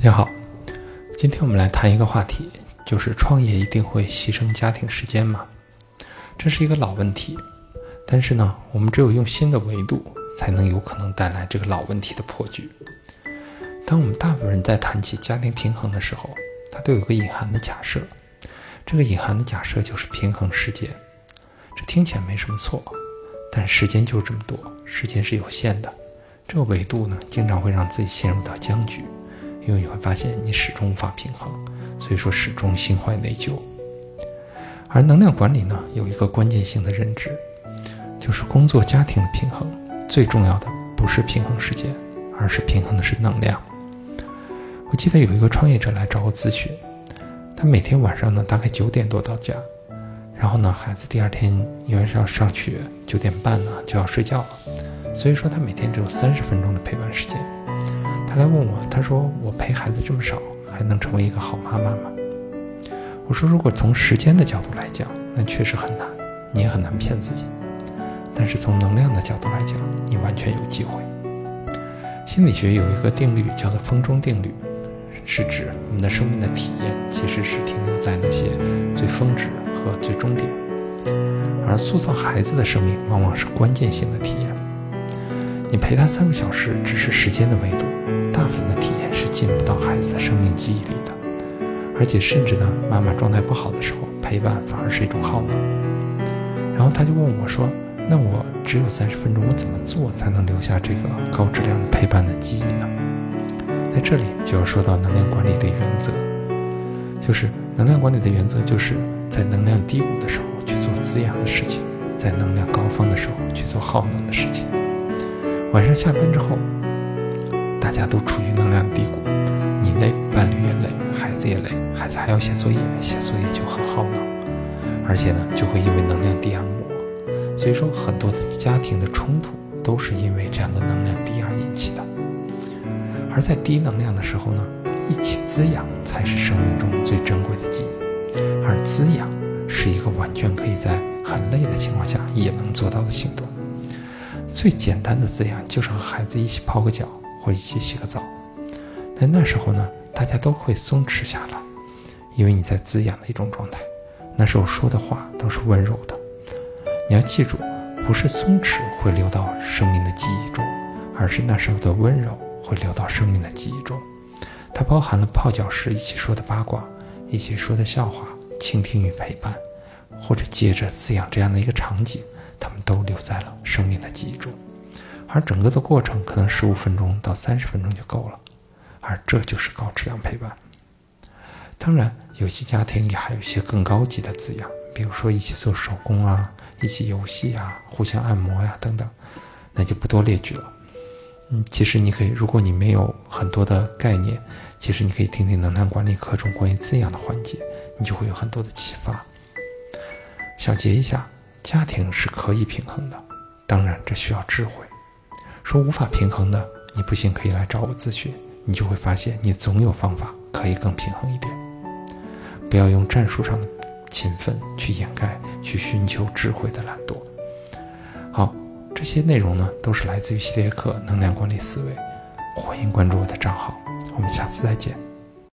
家好，今天我们来谈一个话题，就是创业一定会牺牲家庭时间吗？这是一个老问题，但是呢，我们只有用新的维度，才能有可能带来这个老问题的破局。当我们大部分人在谈起家庭平衡的时候，它都有个隐含的假设，这个隐含的假设就是平衡时间。这听起来没什么错，但时间就这么多，时间是有限的，这个维度呢，经常会让自己陷入到僵局，因为你会发现你始终无法平衡，所以说始终心怀内疚。而能量管理呢，有一个关键性的认知，就是工作家庭的平衡，最重要的不是平衡时间，而是平衡的是能量。我记得有一个创业者来找我咨询，他每天晚上呢大概9点多到家，然后呢孩子第二天因为是要上学，9点半呢就要睡觉了，所以说他每天只有30分钟的陪伴时间。他来问我，他说我陪孩子这么少，还能成为一个好妈妈吗？我说如果从时间的角度来讲，那确实很难，你也很难骗自己，但是从能量的角度来讲，你完全有机会。心理学有一个定律叫做风中定律，是指我们的生命的体验其实是停留在那些最峰值和最终点，而塑造孩子的生命往往是关键性的体验。你陪他3个小时只是时间的维度，大部分的体验是进不到孩子的生命记忆里的，而且甚至呢，妈妈状态不好的时候，陪伴反而是一种耗能。然后他就问我说，那我只有30分钟，我怎么做才能留下这个高质量的陪伴的记忆呢？在这里就要说到能量管理的原则，就是能量管理的原则就是在能量低谷的时候去做滋养的事情，在能量高峰的时候去做耗能的事情。晚上下班之后，大家都处于能量低谷，你累，伴侣也累，孩子也累，孩子还要写作业，写作业就很耗能，而且呢就会因为能量低而磨。所以说很多的家庭的冲突都是因为这样的能量低而引起的。而在低能量的时候呢，一起滋养才是生命中最珍贵的记忆，而滋养是一个完全可以在很累的情况下也能做到的行动。最简单的滋养就是和孩子一起泡个脚或一起洗个澡，但那时候呢，大家都会松弛下来，因为你在滋养的一种状态，那时候说的话都是温柔的。你要记住，不是松弛会流到生命的记忆中，而是那时候的温柔会流到生命的记忆中。它包含了泡脚时一起说的八卦，一起说的笑话，倾听与陪伴，或者接着滋养这样的一个场景，他们都留在了生命的记忆中。而整个的过程可能15分钟到30分钟就够了，而这就是高质量陪伴。当然有些家庭也还有一些更高级的滋养，比如说一起做手工啊，一起游戏啊，互相按摩呀等等，那就不多列举了。其实你可以，如果你没有很多的概念，其实你可以听听能量管理课中关于滋养的环节，你就会有很多的启发。小结一下，家庭是可以平衡的，当然这需要智慧。说无法平衡的，你不信可以来找我咨询，你就会发现你总有方法可以更平衡一点。不要用战术上的勤奋去掩盖去寻求智慧的懒惰。好，这些内容呢都是来自于系列课能量管理思维，欢迎关注我的账号，我们下次再见。